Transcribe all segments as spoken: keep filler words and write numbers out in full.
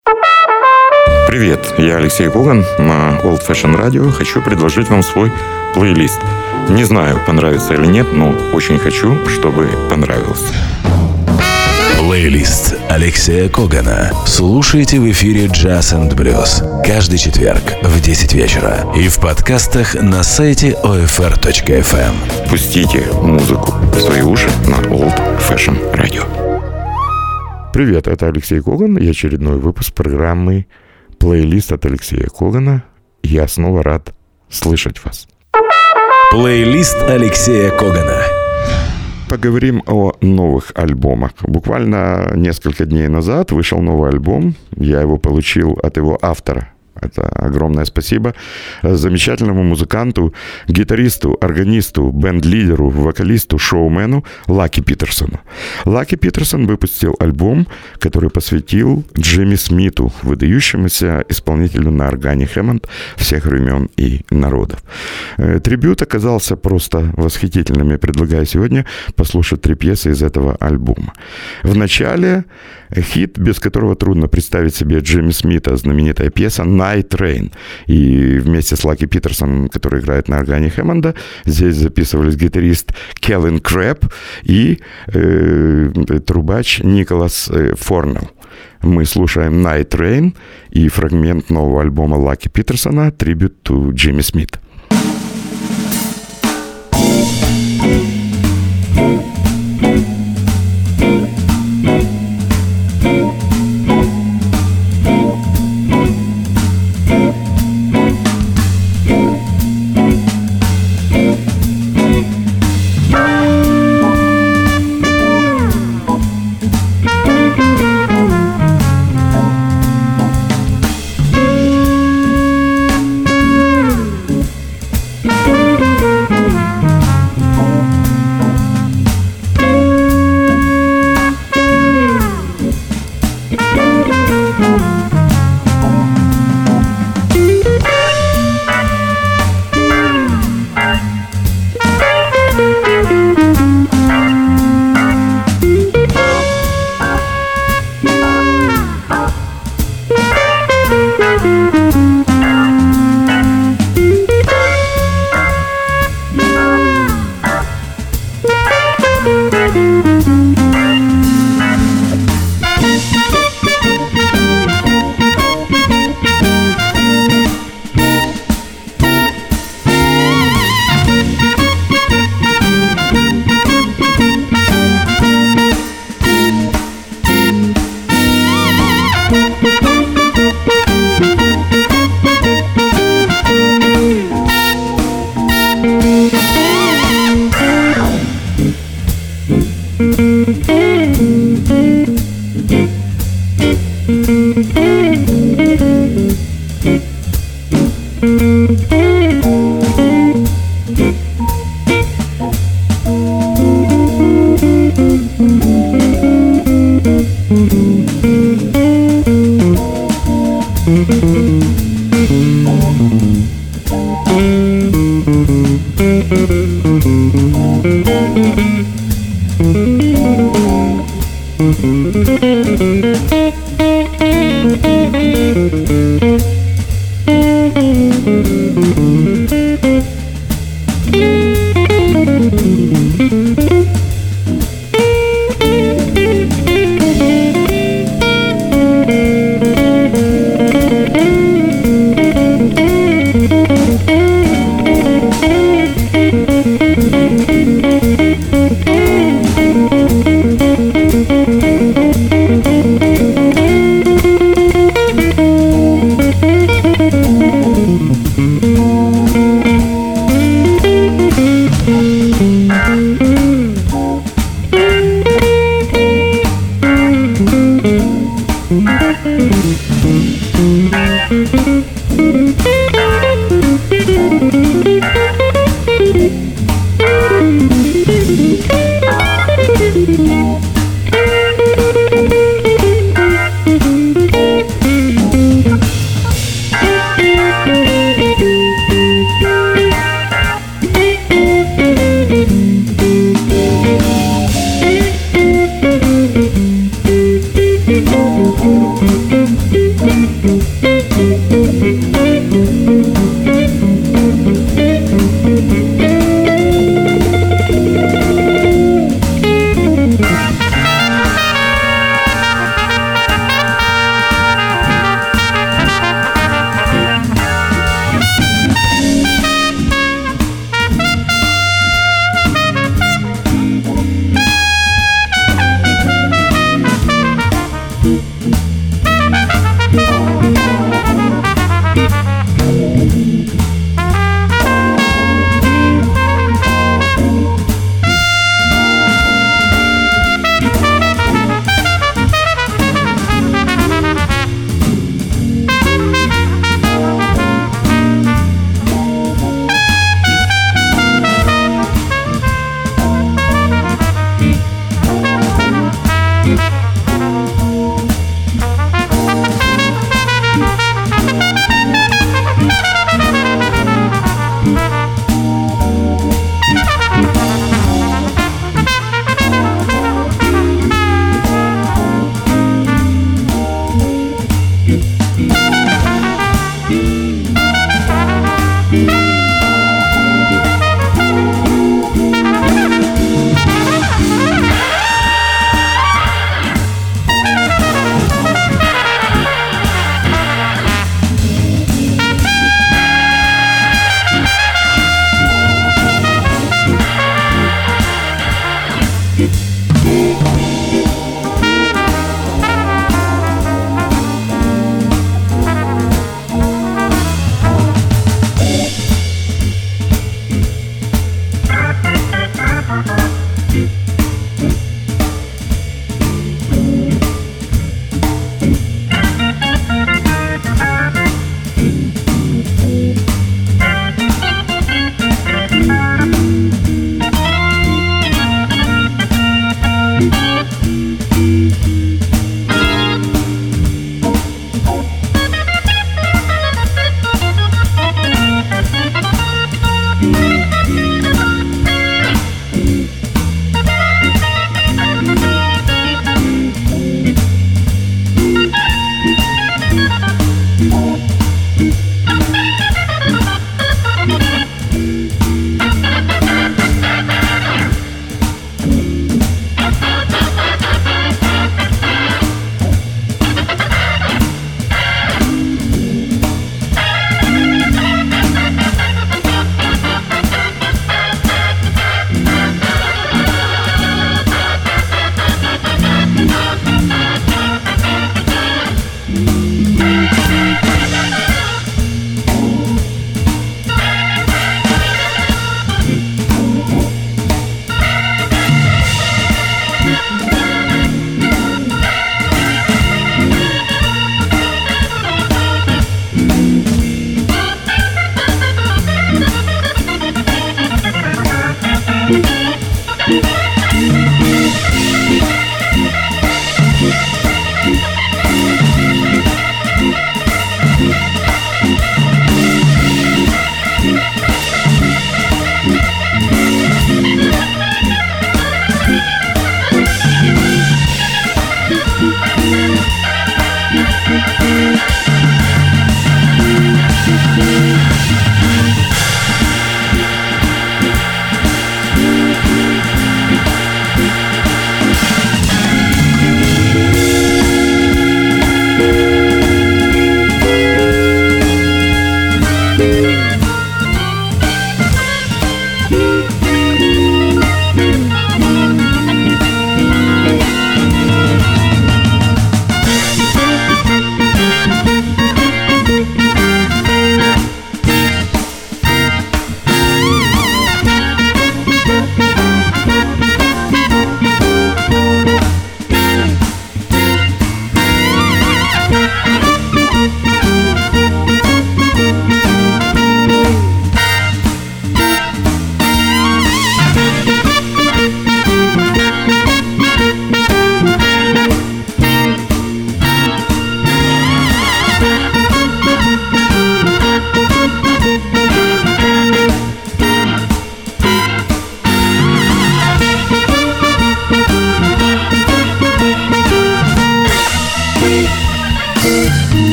Привет, я Алексей Коган на Old Fashion Radio. Хочу предложить вам свой плейлист. Не знаю, понравится или нет, но очень хочу, чтобы понравился. Плейлист Алексея Когана. Слушайте в эфире Jazz энд Blues каждый четверг в десять вечера и в подкастах на сайте о эф эр точка эф эм. Пустите музыку в свои уши на Old Fashion Radio. Привет, это Алексей Коган и очередной выпуск программы «Плейлист от Алексея Когана». Я снова рад слышать вас. Плейлист Алексея Когана. Поговорим о новых альбомах. Буквально несколько дней назад вышел новый альбом. Я его получил от его автора. Это огромное спасибо замечательному музыканту, гитаристу, органисту, бенд-лидеру, вокалисту, шоумену Лаки Питерсону. Лаки Питерсон выпустил альбом, который посвятил Джимми Смиту, выдающемуся исполнителю на органе Хэммонд всех времен и народов. Трибют оказался просто восхитительным. Я предлагаю сегодня послушать три пьесы из этого альбома. В начале хит, без которого трудно представить себе Джимми Смита, знаменитая пьеса «Night Train». И вместе с Лаки Питерсоном, который играет на органе Хэммонда, здесь записывались гитарист Келвин Крэб и э, трубач Николас э, Форнелл. Мы слушаем «Night Train» и фрагмент нового альбома Лаки Питерсона «Tribute to Jimmy Smith».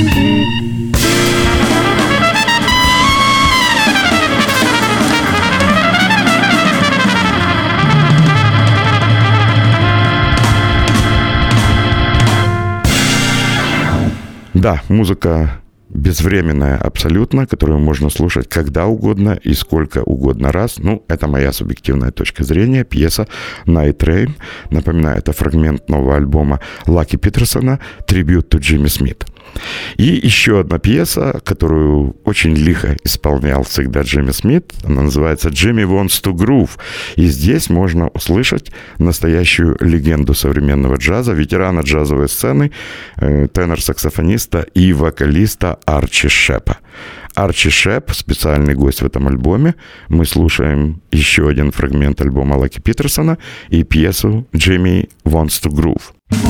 Да, музыка безвременная абсолютно, которую можно слушать когда угодно и сколько угодно раз. Ну, это моя субъективная точка зрения. Пьеса «Night Train». Напоминаю, это фрагмент нового альбома Лаки Питерсона «Tribute to Jimmy Smith». И еще одна пьеса, которую очень лихо исполнял всегда Джимми Смит. Она называется «Jimmy Wants to Groove». И здесь можно услышать настоящую легенду современного джаза, ветерана джазовой сцены, э, тенор-саксофониста и вокалиста Арчи Шепа. Арчи Шеп, специальный гость в этом альбоме. Мы слушаем еще один фрагмент альбома Лаки Питерсона и пьесу «Jimmy Wants to Groove».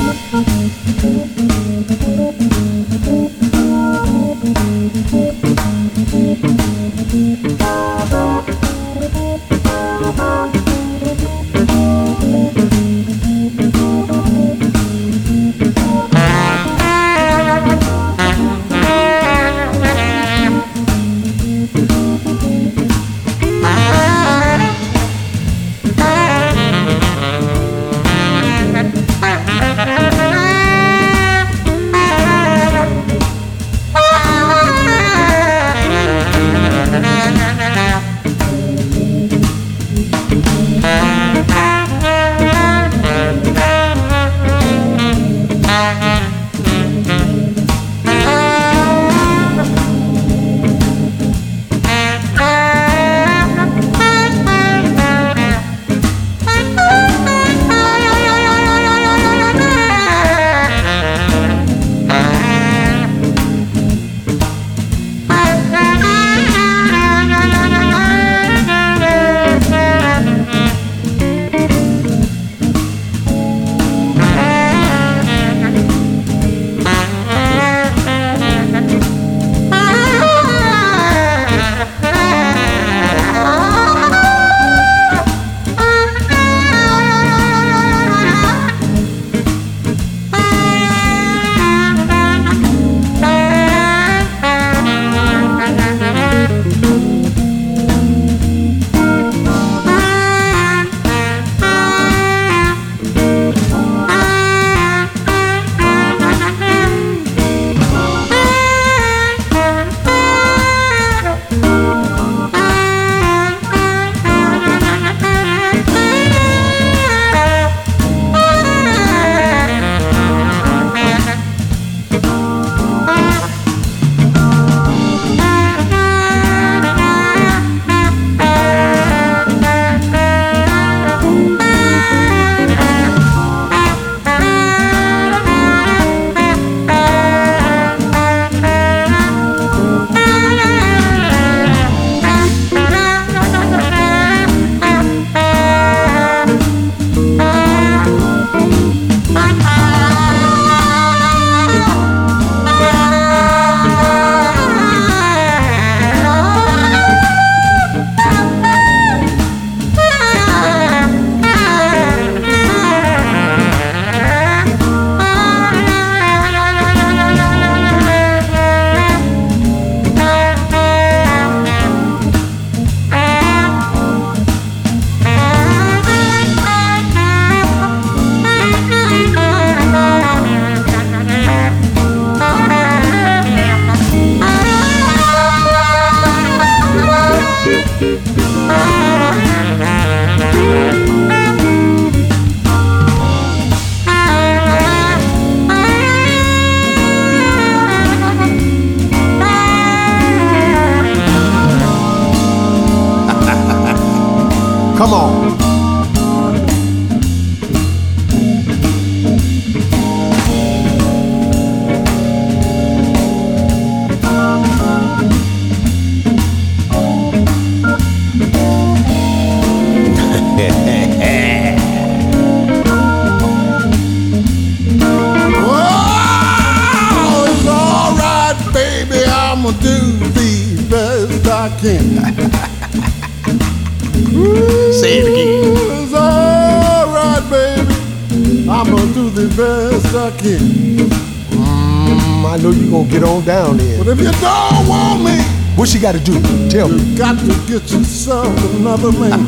Come on. Say it again. It's all right, baby. I'm gonna do the best I can. Mm, I know you're gonna get on down there. But if you don't want me, What she gotta do? Tell me. you got to get yourself another man.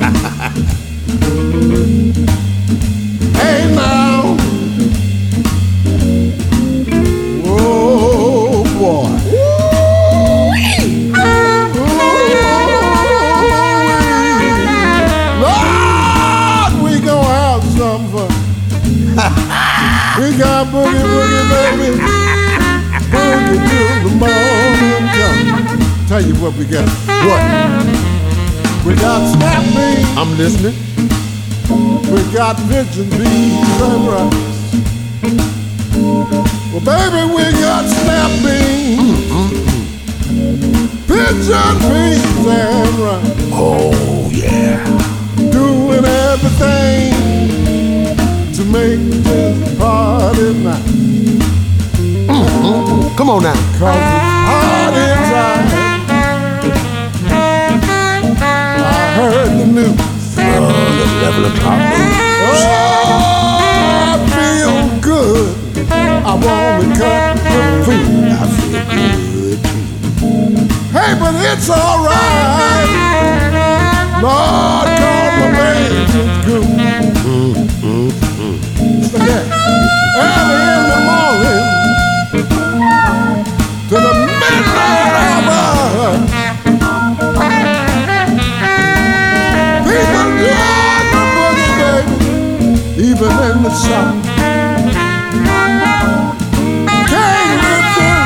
Hey now. Oh boy. Lord, we gonna have some fun. We got boogie boogie baby. Boogie till the morning come. Tell you what we got. What? We got snap beans. I'm listening. We got pigeon beans and rice. Well, baby, we got snap beans, pigeon beans and rice. Oh yeah. Doing everything to make this party nice. Come on now. Cause it's party time. I heard the news. Oh, let's level up top. Oh, I feel good. I want to cut the food. I feel good. Hey, but it's alright. Lord, call my baby's good. Look at that. Early in the morning to the midnight hour. People love the boogie, baby, even in the sun. Can't get them,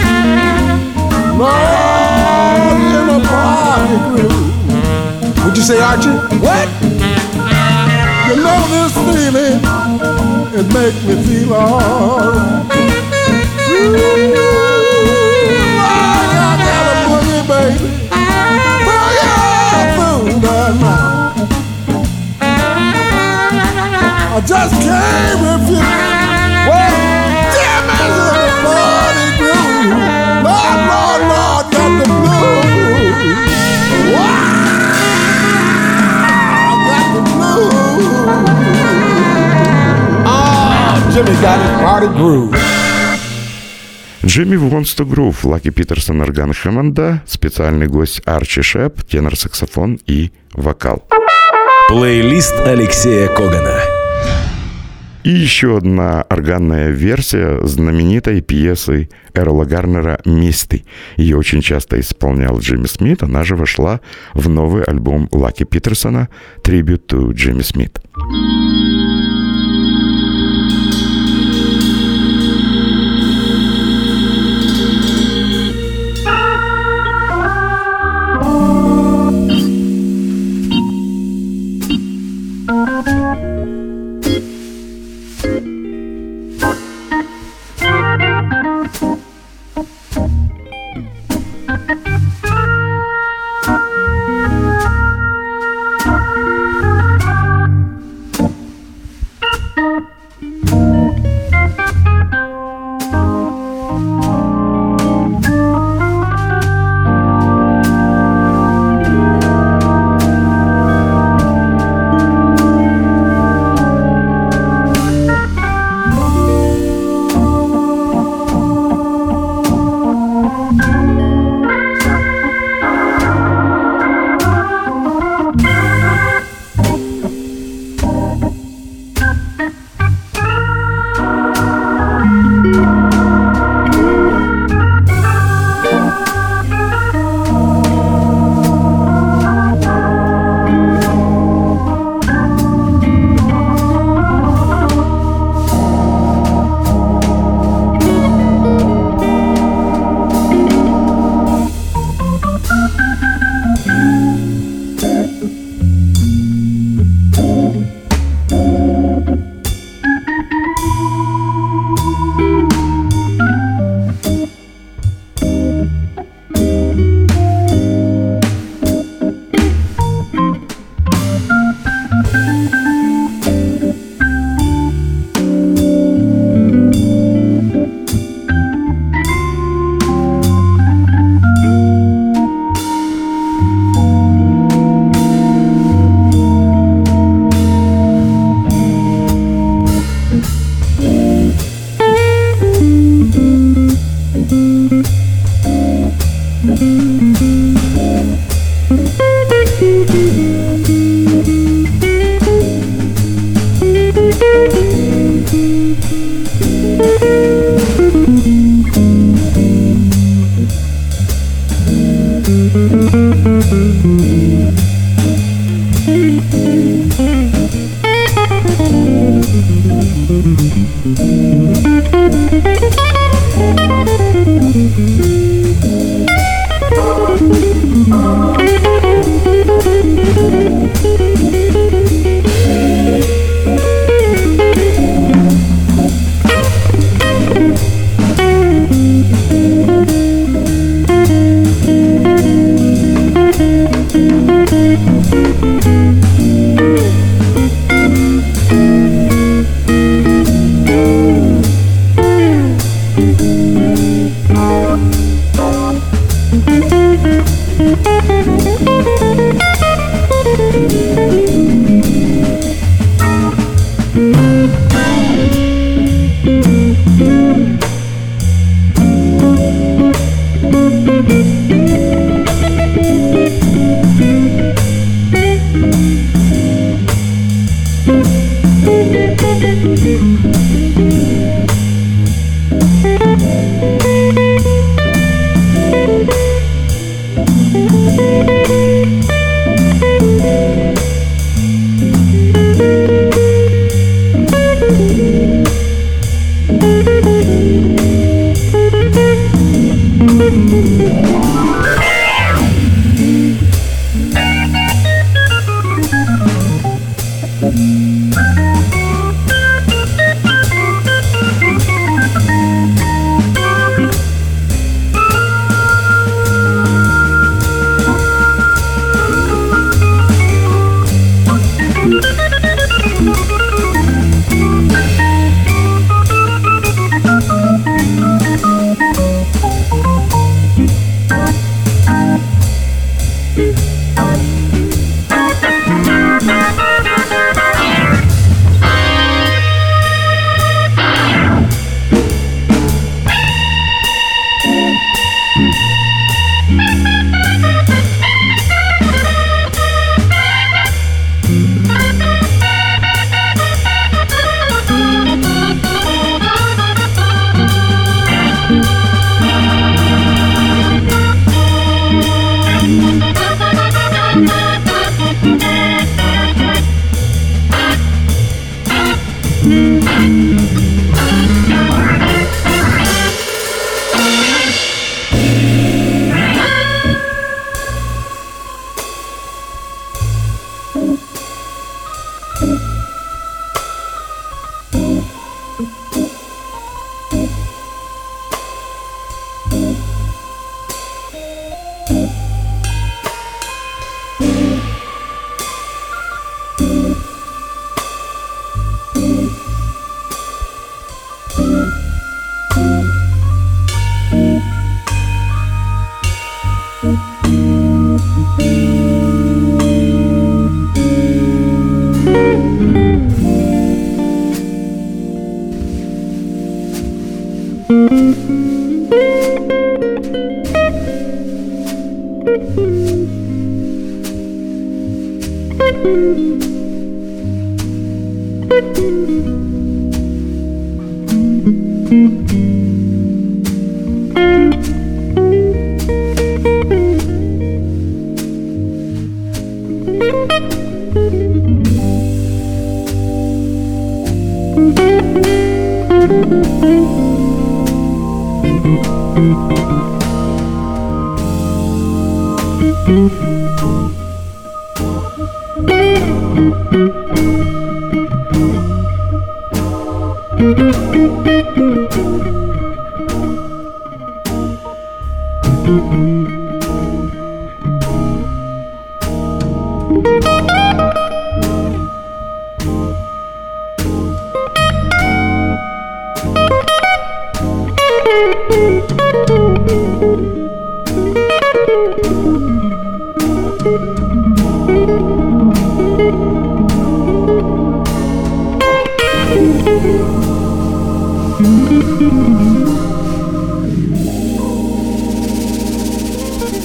Lord, in a party groove. What'd you say, Archie? What? You know this feeling, it make me feel alright. Ooh, like I got a boogie, baby. Boogie through the night. I just can't refuse. Well, damn it, the party groove. Lord, Lord, Lord, got the blues. Wow, got the blues. Ah, Jimmy got his party groove. Джимми Wants to Groove, Лаки Питерсон, орган Хэммонда, специальный гость Арчи Шеп, тенор-саксофон и вокал. Плейлист Алексея Когана. И еще одна органная версия знаменитой пьесы Эрла Гарнера «Мисти». Ее очень часто исполнял Джимми Смит. Она же вошла в новый альбом Лаки Питерсона «Tribute to Jimmy Smith».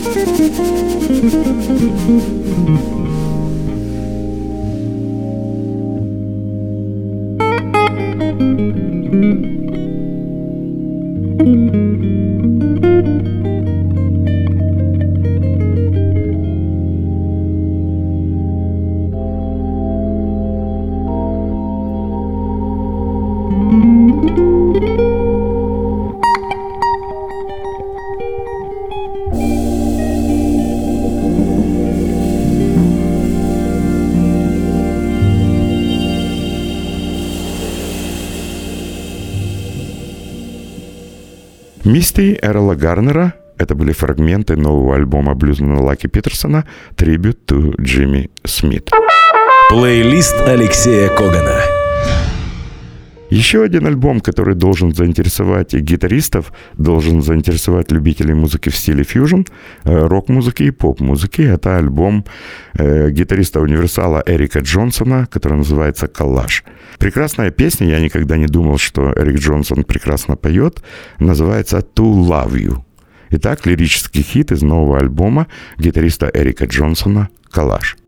«Мисти» Эрла Гарнера — это были фрагменты нового альбома блюзмена Лаки Питерсона «Tribute to Jimmy Smith». Плейлист Алексея Когана. Еще один альбом, который должен заинтересовать гитаристов, должен заинтересовать любителей музыки в стиле фьюжн, рок-музыки и поп-музыки. Это альбом э, гитариста-универсала Эрика Джонсона, который называется «Коллаж». Прекрасная песня, я никогда не думал, что Эрик Джонсон прекрасно поет, называется «To Love You». Итак, лирический хит из нового альбома гитариста Эрика Джонсона «Коллаж».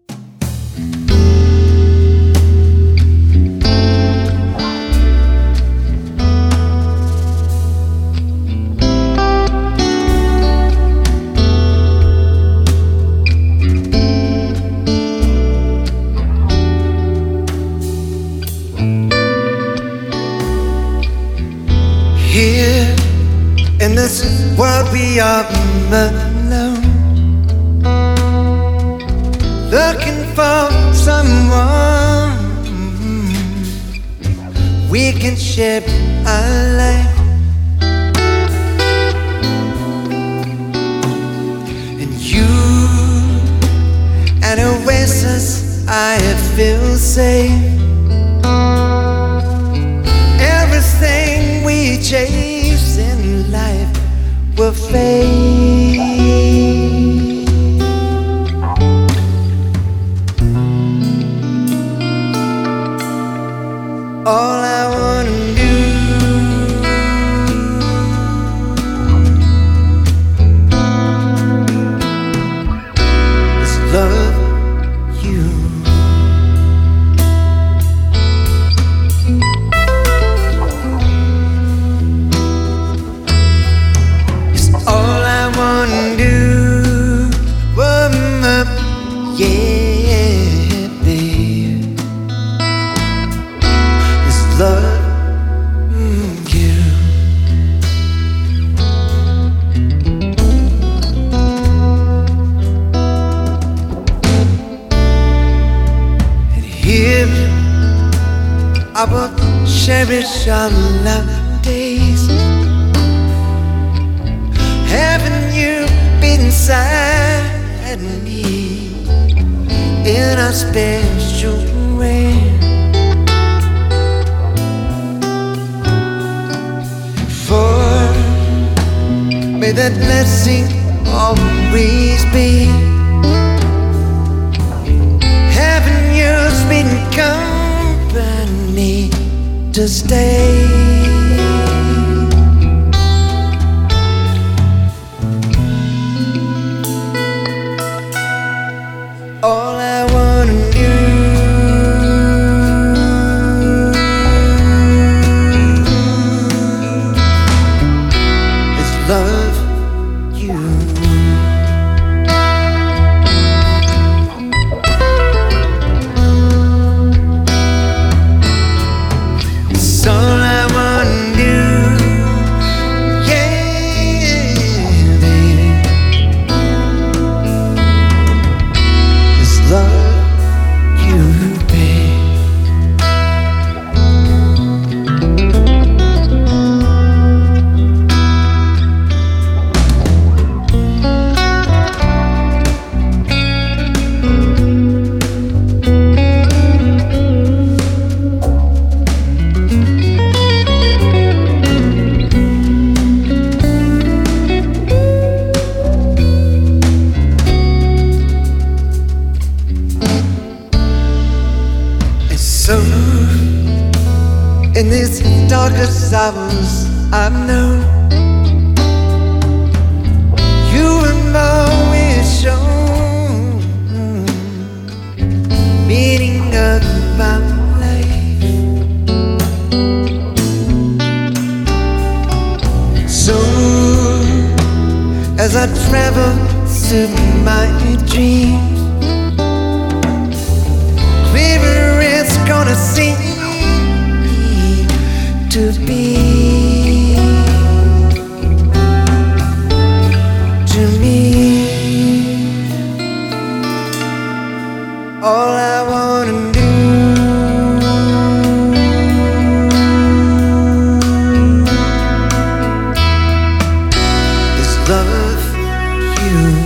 Here in this world we are alone, looking for someone we can share our life. And you, an oasis, I feel safe. Everything we chase in life will fade. All I wanna do is love you. I will cherish our love days, having you beside me in a special way. For may that blessing always be having you sweet company to stay. All I wanna do is love you. It's all I wanna do, yeah, baby, is love you, baby. And so, in these darkest hours, I know you will always as I travel through my dreams. Clearer it's gonna seem to be to me. All I wanna do is love you.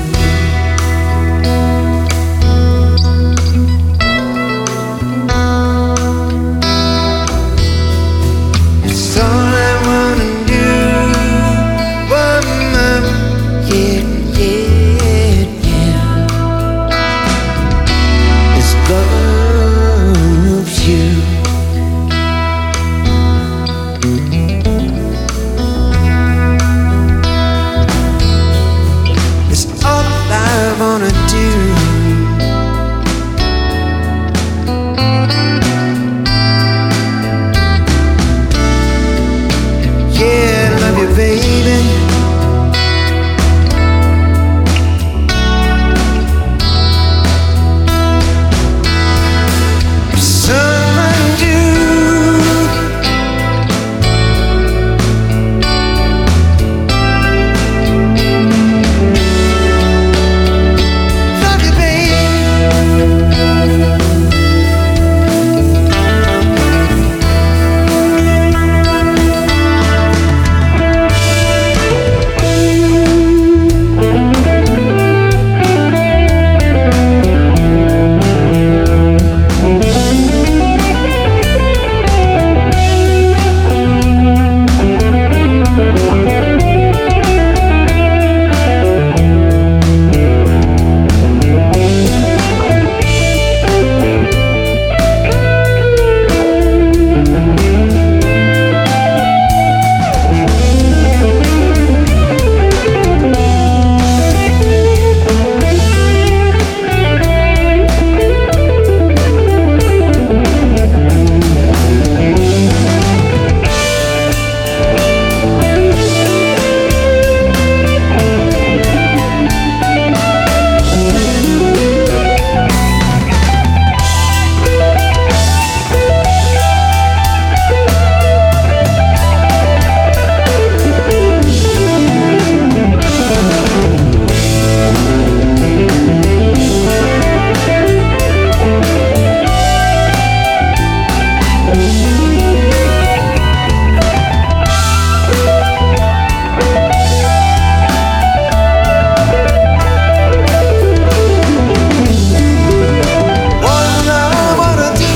It's all I wanna do, woman, yeah, yeah, yeah. It's love you. It's all I wanna do. Yeah, love you, baby. Someone do. Love you, baby. All I wanna do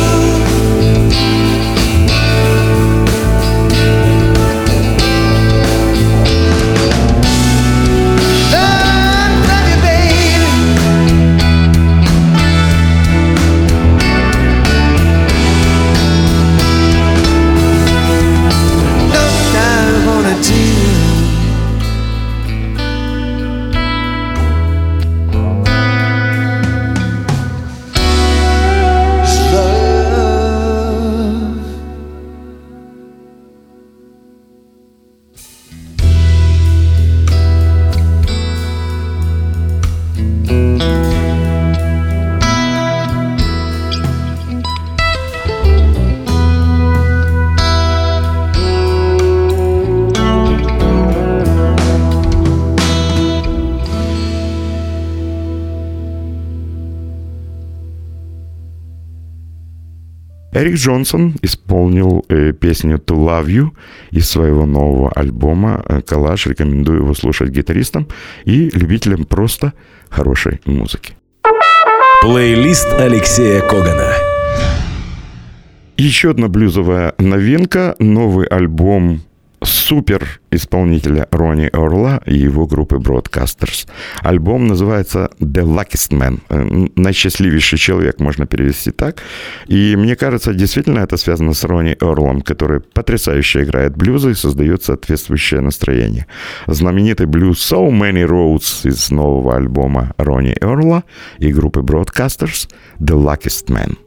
love, love you, baby. Love I wanna do. Love. Эрик Джонсон исполнил э, песню «To Love You» из своего нового альбома «Коллаж». Рекомендую его слушать гитаристам и любителям просто хорошей музыки. Плейлист Алексея Когана. Еще одна блюзовая новинка. Новый альбом супер исполнителя Ронни Орла и его группы Broadcasters. Альбом называется «The Luckiest Man». «Наисчастливейший человек» можно перевести так. И мне кажется, действительно это связано с Ронни Орлом, который потрясающе играет блюзы и создает соответствующее настроение. Знаменитый блюз «So Many Roads» из нового альбома Ронни Орла и группы Broadcasters «The Luckiest Man».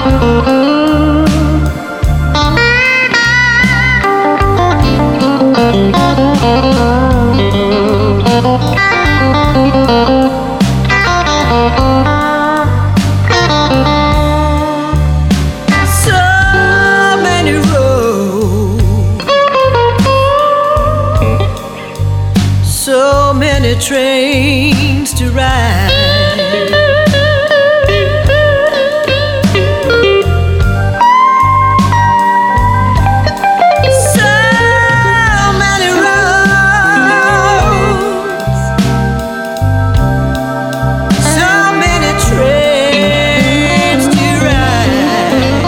Trains to ride, so many roads, so many trains to ride.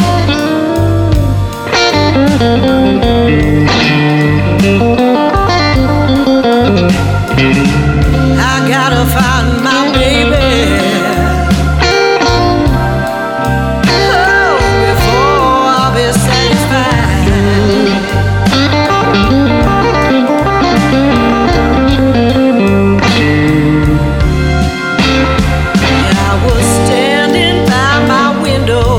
I gotta find my baby. Oh, before I'll be satisfied. I was standing by my window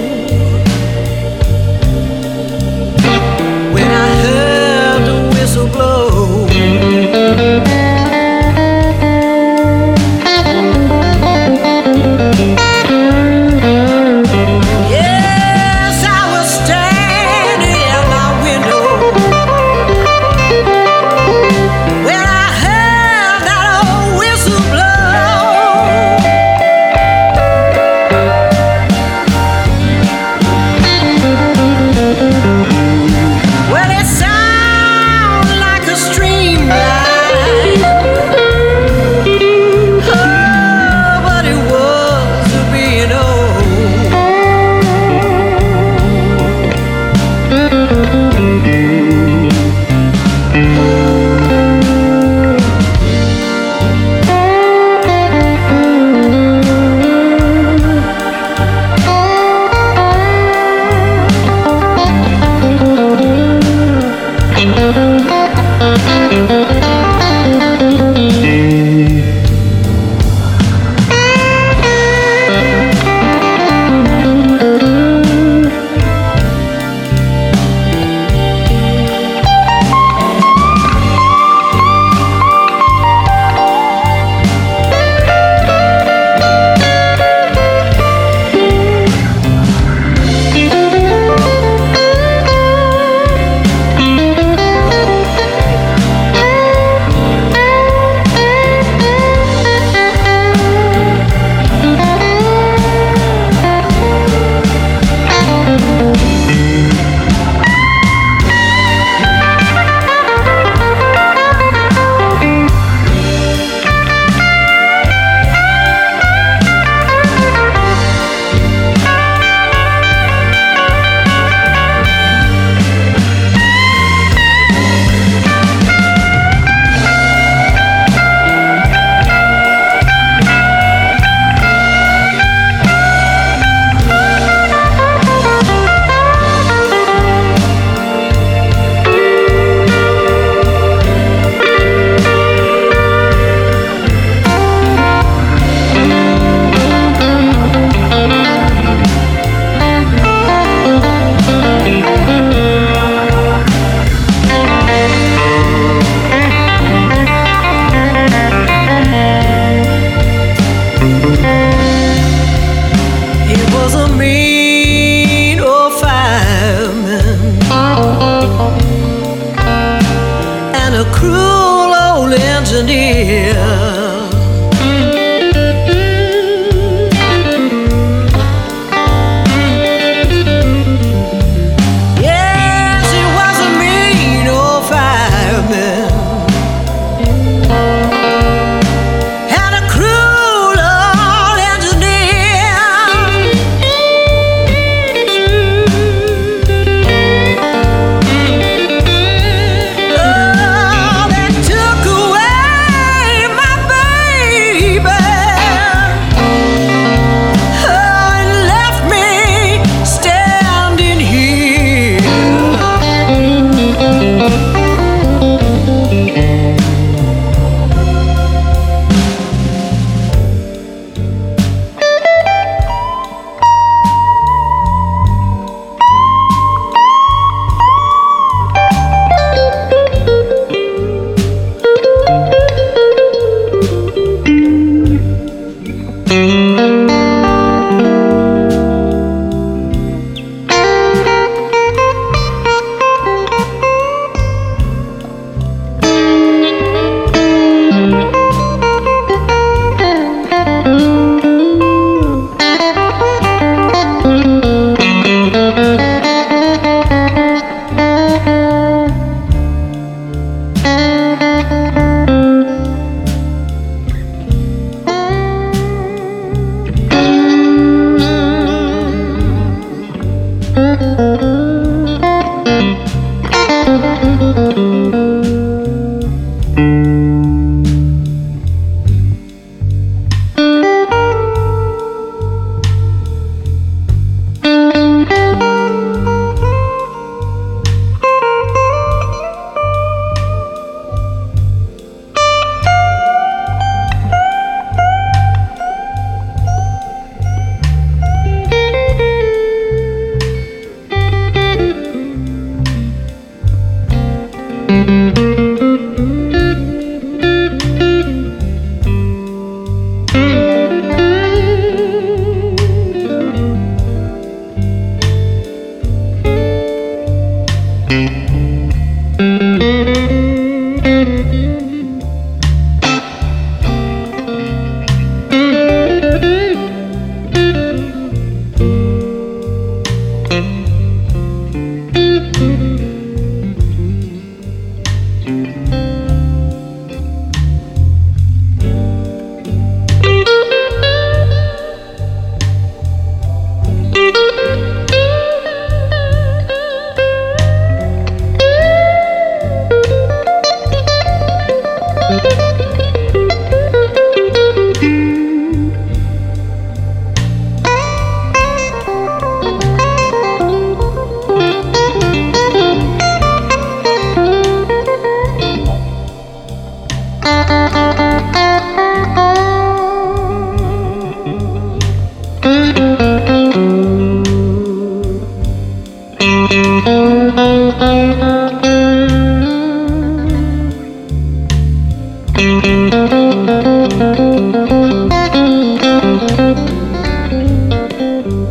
when I heard the whistle blow. Oh, that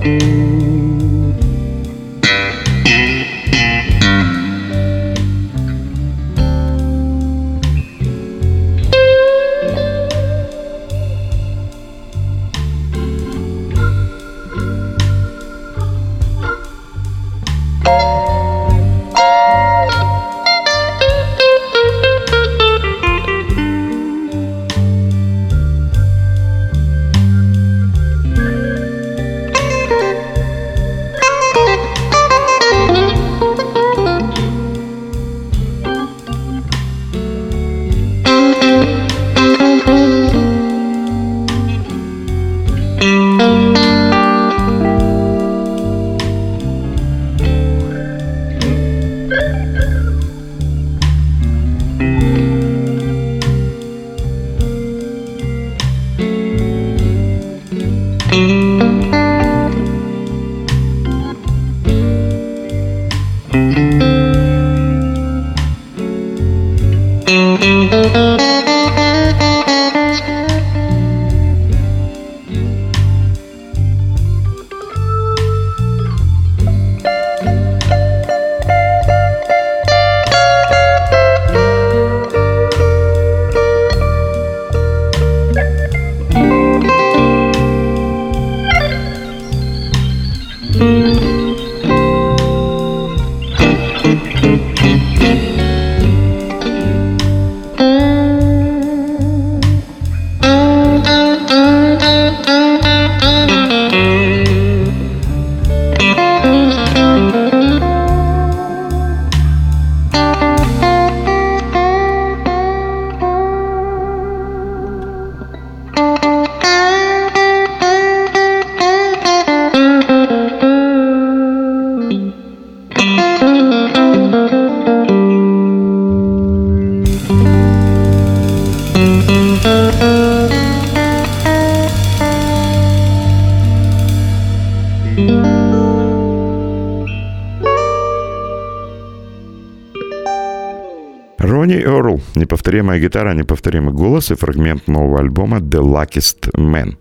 Ронни Эрл. Неповторимая гитара, неповторимый голос и фрагмент нового альбома «The Luckiest Man».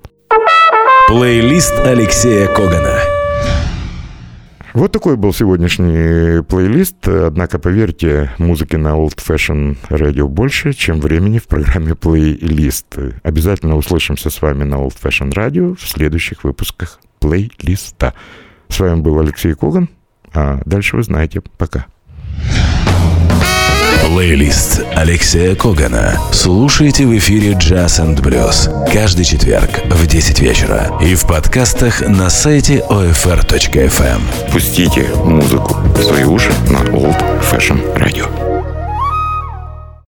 Плейлист Алексея Когана. Вот такой был сегодняшний плейлист. Однако, поверьте, музыки на Old Fashion Radio больше, чем времени в программе плейлист. Обязательно услышимся с вами на Old Fashion Radio в следующих выпусках плейлиста. С вами был Алексей Коган, а дальше вы знаете. Пока. Плейлист Алексея Когана. Слушайте в эфире Jazz энд Blues каждый четверг в десять вечера и в подкастах на сайте о эф эр точка эф эм. Пустите музыку в свои уши на Old Fashion Radio.